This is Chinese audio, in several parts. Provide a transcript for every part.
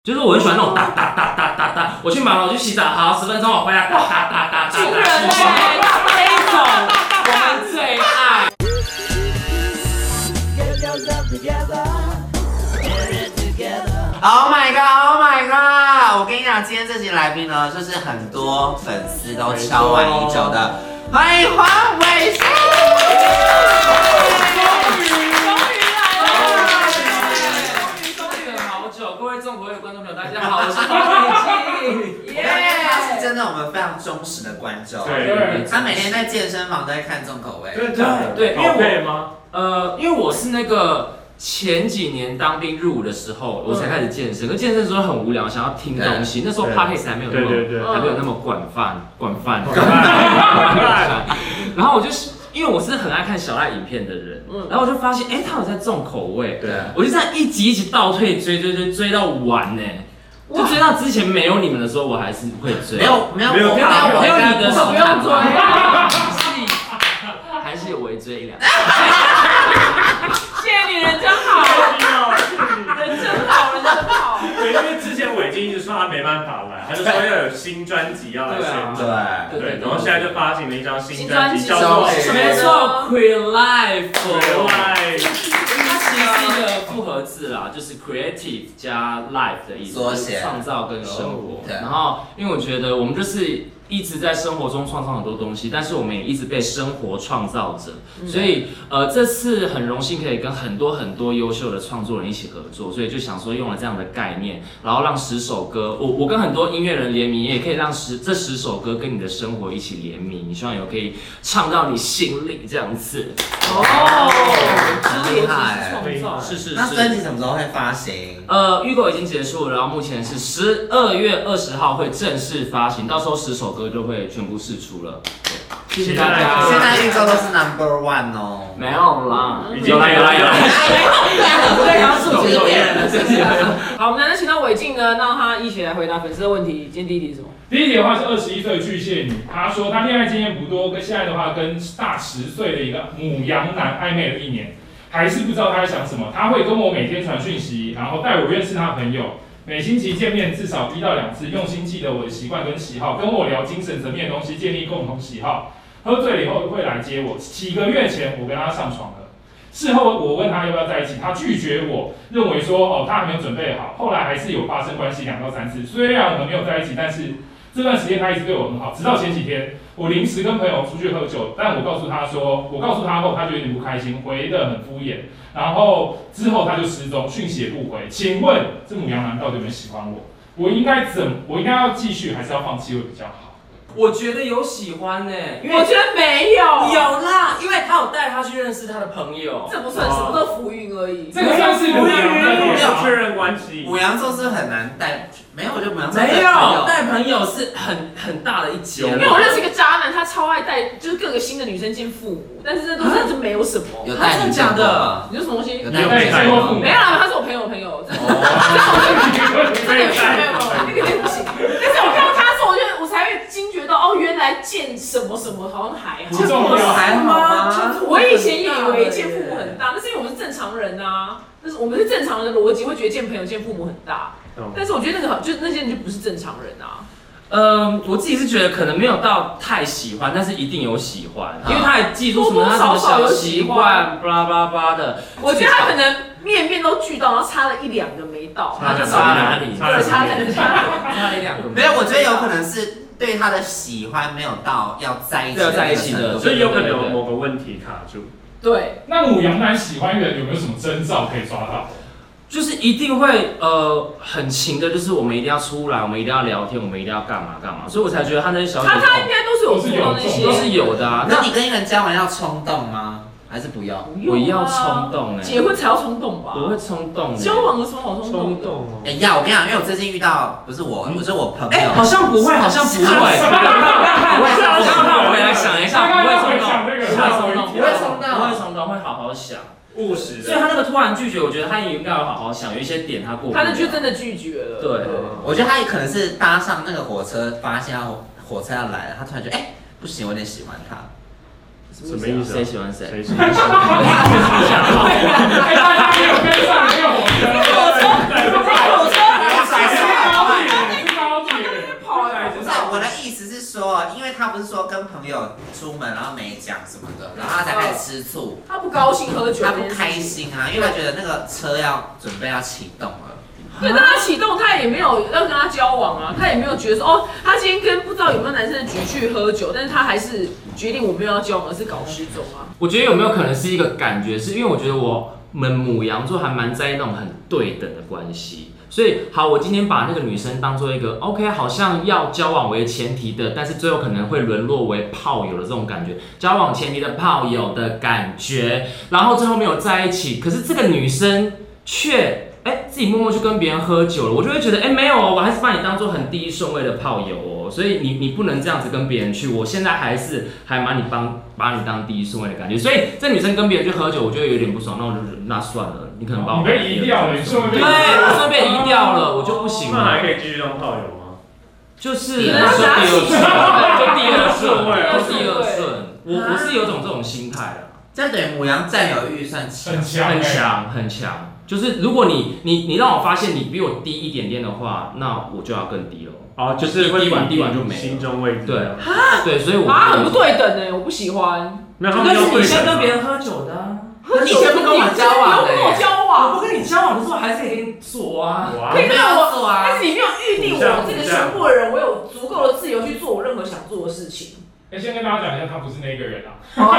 就是我很喜欢那种哒哒哒哒哒哒，我去忙了，我去洗澡，好10分钟我回来哒哒哒哒哒。 情人这一种我们最爱。 Oh my god! Oh my god! 我跟你讲，今天这集来宾呢，就是很多粉丝都敲完已久的，欢迎黄伟星。 各位重口味的观众朋友，大家好，我是黄伟星。 他是真的我们非常忠实的观众， 对， 他每天在健身房都在看重口味。 对， 好配吗？ 因为我是那个前几年当兵入伍的时候，我才开始健身。可健身的时候很无聊，想要听东西。那时候 podcast 还没有那么广泛。然后我就是因为我是很爱看小赖影片的人，然后我就发现，他有在重口味， 对， 我就这样一集一集倒退追到完呢。就追到之前没有你们的时候，我还是会追。没有你的时候， 不用追， 还是有微追一两。 谢谢你，人真好，人真好。 对，因为之前伟京一直说他没办法来，他就说要有新专辑要来宣传，对，然后现在就发行了一张新专辑，叫做没错 ，Queer Life。它其实是一个复合字啦，就是 creative 加 life 的意思，创造跟生活。然后，因为我觉得我们就是一直在生活中创造很多东西，但是我们也一直被生活创造着。所以，这次很荣幸可以跟很多优秀的创作人一起合作，所以就想说用了这样的概念，然后让10首歌，我跟很多音乐人联名，也可以让这10首歌跟你的生活一起联名，希望有可以唱到你心里这样子。 很厉害， 是。 那专辑什么时候会发行？ 预购已经结束了，然后目前是12月20号会正式发行，到时候10首歌就会全部释出了。谢谢大家。 现在预购都是 No.1 哦。 没有啦， 有啦。 对，刚刚是有别人的。 好，我们来请到伟晋呢，让他一起来回答粉丝的问题。今天第一题是什么？ 第一题的话是21岁的巨蟹女，她说她恋爱经验不多，跟现在的话跟大10岁的一个母羊男暧昧了1年，还是不知道他在想什么。他会跟我每天传讯息，然后带我认识他的朋友，每星期见面至少1到2次，用心记得我的习惯跟喜好，跟我聊精神层面的东西，建立共同喜好。喝醉了以后会来接我。7个月前我跟他上床了，事后我问他要不要在一起，他拒绝我，认为说他还没有准备好。后来还是有发生关系2到3次，虽然我们没有在一起，但是这段时间他一直对我很好，直到前几天我临时跟朋友出去喝酒，但我告诉他后，他就有点不开心，回得很敷衍，然后之后他就失踪，讯息也不回。请问这母羊男到底有没有喜欢我？我应该要继续还是要放弃会比较好？ 我觉得有喜欢呢，因为我觉得没有。 有啦，因为他有带他去认识他的朋友。 这不算什么，都浮云而已。 这个算是母羊， 没有确认关系。 母羊座是很难带，没有就母羊座没有带朋友是很大的一节。 因为我认识一个渣男，他超爱带就是各个新的女生见父母，但是这都真的是没有什么。 有带你假的？ 你说什么东西？ 有带过父母？ 没有啦，他是我朋友。没有。那个不行。但是我看到他的时候，我才会惊觉到，原来见什么好像还好。 见父母还好吗？ 我以前也以为见父母很大，那是因为我们是正常人啊，但是我们是正常人的逻辑，会觉得见朋友见父母很大。但是我觉得那些人就不是正常人啊。 我自己是觉得可能没有到太喜欢，但是一定有喜欢，因为他也记住什么他什么小习惯，巴拉巴拉巴的。 我觉得他可能面都聚到，然后差了1、2个没到， 他就差哪里？ 差了1、2 个。 没有，我觉得有可能是对他的喜欢没有到要在一起的， 所以有可能有某个问题卡住。 对。 那母羊男喜欢人有没有什么征兆可以抓到？ 就是一定会很勤的，就是我们一定要出来，我们一定要聊天，我们一定要干嘛，所以我才觉得他那些小他应该都是有做到那些， 都是有的啊。 那你跟一个人交往要冲动吗？还是不要？ 我要冲动结婚才要冲动吧？ 我会冲动交往有什么好冲动的？ 要我跟你讲，因为我最近遇到不是我是我朋友， 好像不会，不会。让我回来想一下，不会冲动，会好好想。 务实的， 所以他那个突然拒绝，我觉得他也应该要好好想，有一些点他过不了。 他就真的拒绝了。 对， 我觉得他也可能是搭上那个火车，发现火车要来了，他突然觉得不行，我有点喜欢他。 什么意思？ 谁喜欢谁？ 大家没有跟上那个火车。 不是说跟朋友出门，然后没讲什么的，然后他才开始吃醋。 他不高兴喝酒， 他不开心啊，因为他觉得那个车要准备要启动了。 对，但他启动，他也没有要跟他交往啊，他也没有觉得说哦，他今天跟不知道有没有男生的局去喝酒，但是他还是决定我没有要交往，而是搞失踪啊。 我觉得有没有可能是一个感觉，是因为我觉得我们牡羊座还蛮在意那种很对等的关系。所以好，我今天把那个女生当做一个 OK， 好像要交往为前提的，但是最后可能会沦落为炮友的这种感觉，交往前提的炮友的感觉，然后最后没有在一起，可是这个女生却自己默默去跟别人喝酒了，我就会觉得没有哦，我还是把你当做很第一顺位的炮友哦，所以你不能这样子跟别人去，我现在还把你当第一顺位的感觉，所以这女生跟别人去喝酒，我觉得有点不爽，那算了，你可能把我被移掉了，你顺位被我顺被移掉了，我就不行了。 那还可以继续当炮友吗？ 就是第二顺，第二顺，我是有这种心态的。 这样等于牡羊占有预算很强。就是如果你让我发现你比我低一点点的话，那我就要更低了。 哦，就是低完就没了。 心中位置。 对，所以我很不对等我不喜欢。 那是你先跟别人喝酒的。 你先不跟我交往， 跟我交往， 我不跟你交往的时候还是可以跟你做啊， 可以让我做啊。但是你没有预定我这个全部的人，我有足够的自由去做我任何想做的事情。 先跟大家讲一下，他不是那个人啊。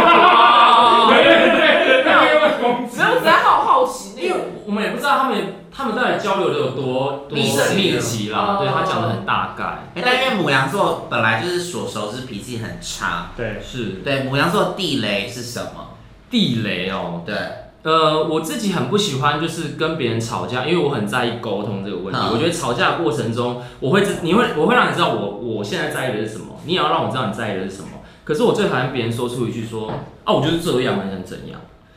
对，没有，只在好奇， 因为我们也不知道他们到底交流的有多密集啦。对，他讲的很大概。 但因为牡羊座本来就是所熟知脾气很差， 对， 是。 对，牡羊座地雷是什么？ 地雷哦， 对。 我自己很不喜欢就是跟别人吵架，因为我很在意沟通这个问题。我觉得吵架的过程中，我会让你知道我现在在意的是什么，你也要让我知道你在意的是什么。可是我最讨厌别人说出一句说我就是这样，你想怎样？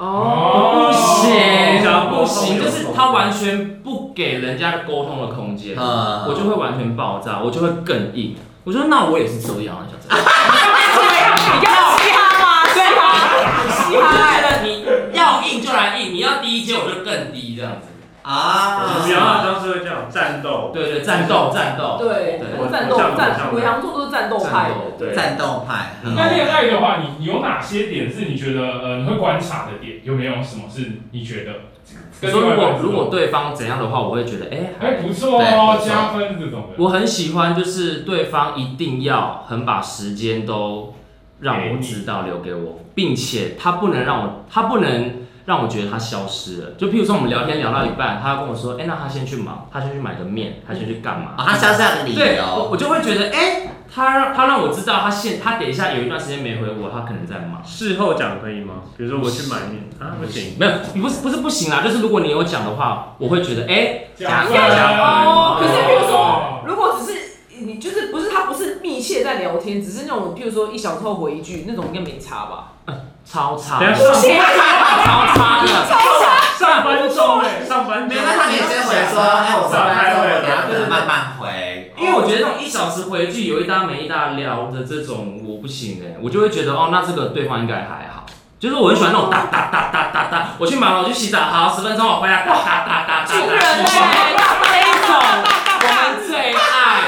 不行，就是他完全不给人家沟通的空间，我就会完全爆炸，我就会更硬。我说那我也是这样，你想怎样？ 你要嘻哈吗？对啊，嘻哈。 我就觉得你要硬就来硬，你要低一阶我就更低这样子。 牡羊当时会这样战斗。 对，战斗。 对，牡羊座都是战斗派的。 战斗派。 那恋爱的话，你有哪些点是你觉得你会观察的点？有没有什么是你觉得？ 如果对方怎样的话，我会觉得不错哦，加分这种的。 我很喜欢就是对方一定要很把时间都让我知道留给我，并且他不能让我觉得他消失了。就譬如说我们聊天聊到一半，他要跟我说，那他先去忙，他先去买个面，他先去干嘛？ 他消失的理由。 对，我就会觉得，他让我知道他等一下有一段时间没回我，他可能在忙。 事后讲可以吗？比如说我去买面不行。 没有，不是不行啦，就是如果你有讲的话，我会觉得加分。 可是比如说，如果只是你就是他不是密切在聊天，只是那种譬如说1小时后回一句那种，应该没差吧？ 超差， 不行， 超差的， 上班中没有，那他可以先回说，我上班中我等下可能慢慢回。 因为我觉得那种1小时回一句有一搭没一搭聊的这种我不行我就会觉得那这个对方应该还好。就是我很喜欢那种哒哒哒哒哒哒，我去忙了，我去洗澡，好10分钟我回来，哒哒哒哒哒。 情人这一种我们最爱，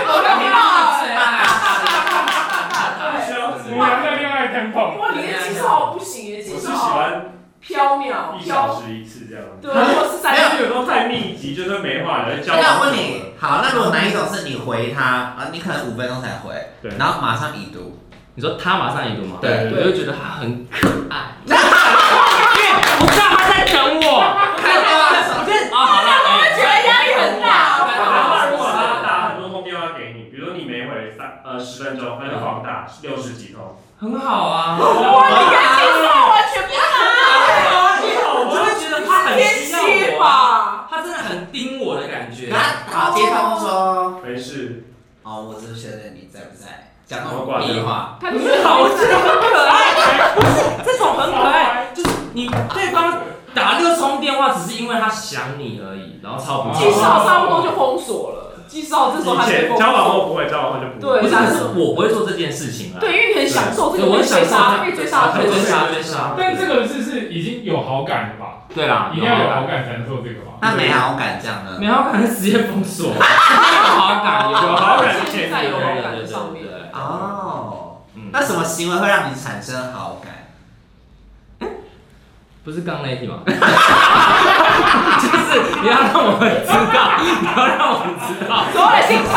牡羊的恋爱 tempo。 哇，你的技巧不行耶， 我是喜欢飘渺，1 小时1次这样。 对，或是3 次有时候太密集，就是没话聊，交往。 那我问你，好，那如果哪一种是你回他你可能5分钟才回，然后马上已读？ 你说他马上已读吗？ 对， 我就觉得他很可爱，因为我知道他在等我。好了， 我觉得压力很大。 如果他打很多通电话给你，比如说你没回10分钟，那就狂打60几通， 很好啊。 哇，你看接受完全不打， 我就会觉得他很需要我，他真的很盯我的感觉。 好，接通说没事。 我只是确认你在不在。讲那种屁话， 他就是好，这种很可爱， 不是这种很可爱，就是你对方打6通电话，只是因为他想你而已，然后超不。 其实差不多就封锁了。其实这时候他就封锁。 交往后不会，交往后就不会。 对， 但是我不会做这件事情啊。 对，因为你很享受这个被追杀， 被追杀。 但这个是已经有好感了吧？ 对啦， 一定要有好感才能做这个吧？ 那没好感这样呢？ 没好感是直接封锁。有好感， 现在有好感上面。 什么行为会让你产生好感？ 不是刚那一题吗？就是你要让我们知道，你要让我们知道。 所有的行程，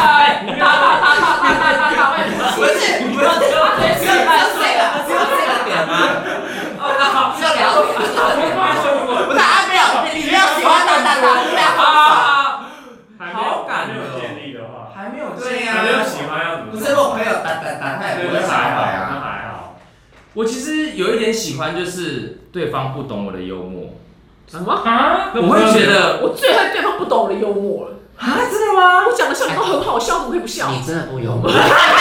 不是，不要只有这个点吗？只有2点。不是啊，没有，你没有喜欢的打，不要好感没有建立的话， 还没有对呀， 还没有喜欢要怎么？ 不是我朋友打，他也不会还好呀。 那还好。 我其实有一点喜欢，就是对方不懂我的幽默。 什么？ 啊？ 我会觉得我最恨对方不懂我的幽默了。 啊，真的吗？ 我讲的笑点都很好笑，怎么可以不笑？ 你真的不幽默。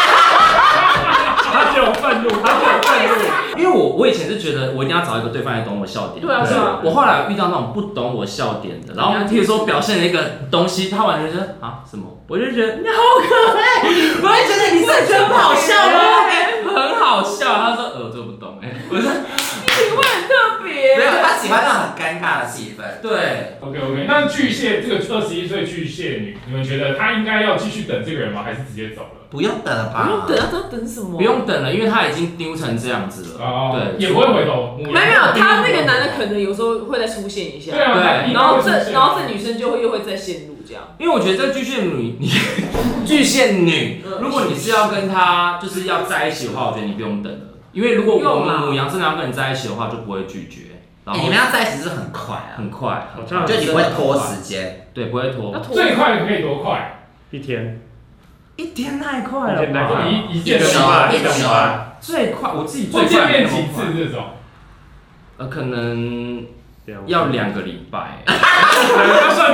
他就有愤怒，他就有愤怒。 因为我以前是觉得我一定要找一个对方来懂我笑点。 对啊，是啊。 我后来遇到那种不懂我笑点的，然后譬如说表现了一个东西，他完全觉得啊什么，我就觉得你好可爱，我会觉得你是觉得不好笑吗？很好笑。他说这个不懂我说你品味很特别。 没有，他喜欢那种很尴尬的气氛。 对。 OK， 那巨蟹这个21岁巨蟹女，你们觉得她应该要继续等这个人吗？还是直接走了？ 不用等了吧？ 不用等，他等什么？ 不用等了，因为他已经丢成这样子了。 哦， 对， 也不会回头。 没有，他那个男的可能有时候会再出现一下。 对啊， 对。 然后这女生就会又会再陷入这样。 因为我觉得这巨蟹女，如果你是要跟他就是要在一起的话，我觉得你不用等了。因为如果我们母羊真的要跟你在一起的话，就不会拒绝。 你们要在一起是很快啊， 很快， 就你不会拖时间。 对，不会拖。 最快可以多快 ？1天。 1天太快了吧？ 一见最快，我自己最快见面几次这种？ 可能要2个礼拜。 要算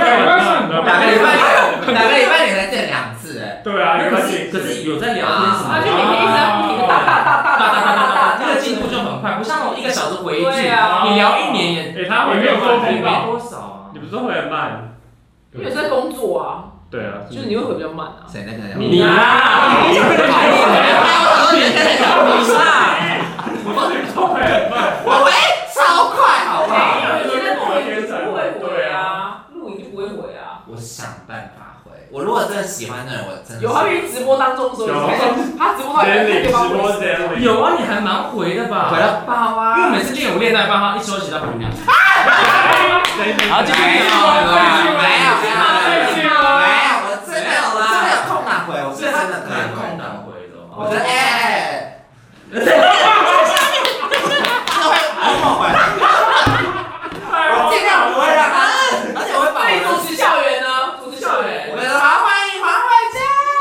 2个礼拜你才见2次对啊， 可是有在聊天什么？ 就每天一直在不停的打， 那个进度就很快，不像那种1个小时回一句，你聊1年也， 他回没有沟通到多少啊？ 你不是回很慢？ 因为在工作啊。 对啊， 就是你会回比较慢啊。 谁那个？ 你啦！ 你啦！ 我回很慢， 我回超快，好不好？ 你在录影就不会回啊，录影就不会回啊。 我想办法回。我如果真的喜欢的人，我真的有他比直播当中的时候，他直播到直播这样。 有啊，你还蛮回的吧？ 回了爆啊！ 因为每次练舞练到一半，他一休息到回娘。 好，继续。没有，我真的有空档回，我是真的可以空档回的。 我觉得我尽量不会让他，而且我会把那你主持校园呢？主持校园， 我觉得好，欢迎黄伟健。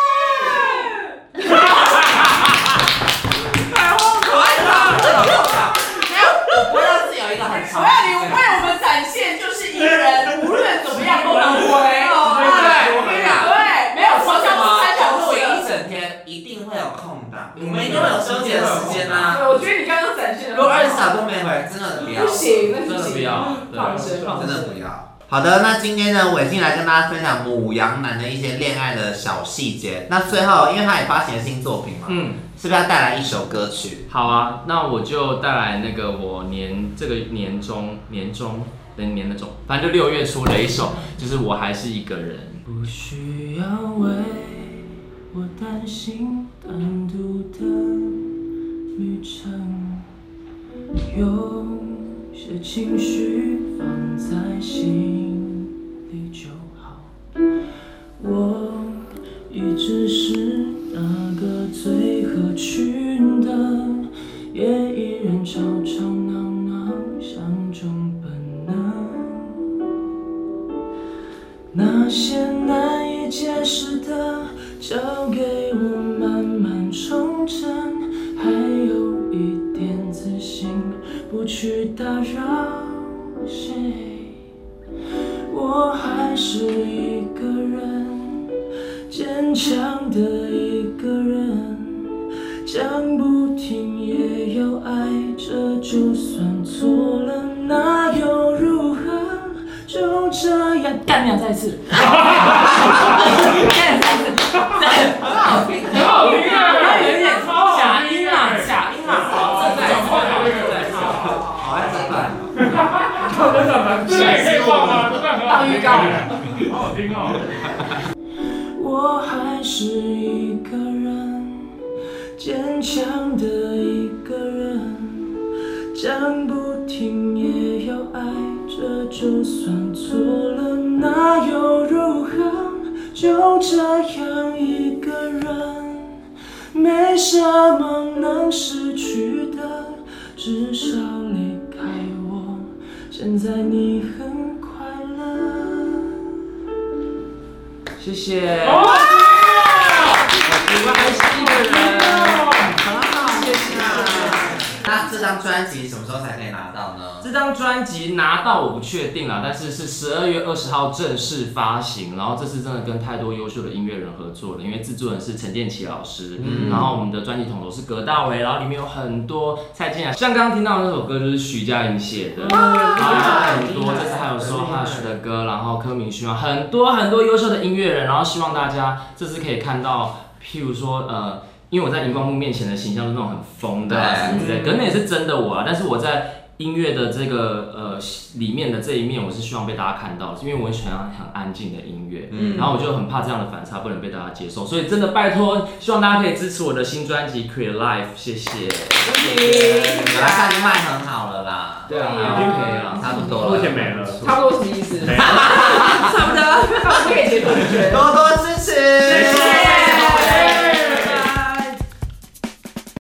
太荒唐了！没有，我不会让自己有一个很长。 你为我们展现就是一个人无论怎么样都能回。 对，我跟你讲， 对，没有说像3小录时影一整天，一定会有空档，我们一定会有休息的时间啊。 我觉得你刚刚展现的， 如果20小时都没回，真的不要。 不行， 真的不要， 放生， 真的不要。好的，那今天呢，伟信来跟大家分享牡羊男的一些恋爱的小细节。那最后，因为他也发行了新作品嘛，是不是要带来一首歌曲？ 好啊，那我就带来那个我这个年中的种，反正就6月出的一首，就是我还是一个人。不需要为我担心单独的旅程，有些情绪放在心里就好。我一直是那个最合群的，也依然吵吵闹闹，像种本能。那些难以解释的，交给我慢慢重整，还有一点自信，不去打扰谁。我还是一个人，坚强的一个人，讲不听也要爱着，就算错了那又如何？就这样，干两再一次，干两再一次，很好听， 很好听啊， 有点假音啊，好，正在唱， 好爱这段， 真的蛮这也可以放吗？ 当预告， 好好听哦。 我还是一个人，坚强的一个人，讲不听也要爱着，就算错了那又如何？就这样一个人，没什么能失去的，至少离开我，现在你很快乐。 谢谢。 喜欢新的人，很好，谢谢。那这张专辑什么时候才可以拿到呢？ 这张专辑拿到我不确定啦，但是是12月20号正式发行。然后这次真的跟太多优秀的音乐人合作了，因为制作人是陈建奇老师，然后我们的专辑统筹是葛大为，然后里面有很多蔡健雅，像刚刚听到的那首歌就是徐佳莹写的，然后很多，这次还有说 Hush 的歌，然后柯明勋啊，很多优秀的音乐人，然后希望大家这次可以看到，譬如说因为我在荧光幕面前的形象是那种很疯的啊什么之类，可能也是真的我啊，但是我在音乐的这个里面的这一面，我是希望被大家看到的，因为我很喜欢很安静的音乐，然后我就很怕这样的反差不能被大家接受，所以真的拜托，希望大家可以支持我的新专辑 Create Life， 谢谢。 我来看就卖很好了啦。 对啊，已经可以了， 差不多了。 目前没了， 差不多什么意思？差不多，我可以解读， 多多支持。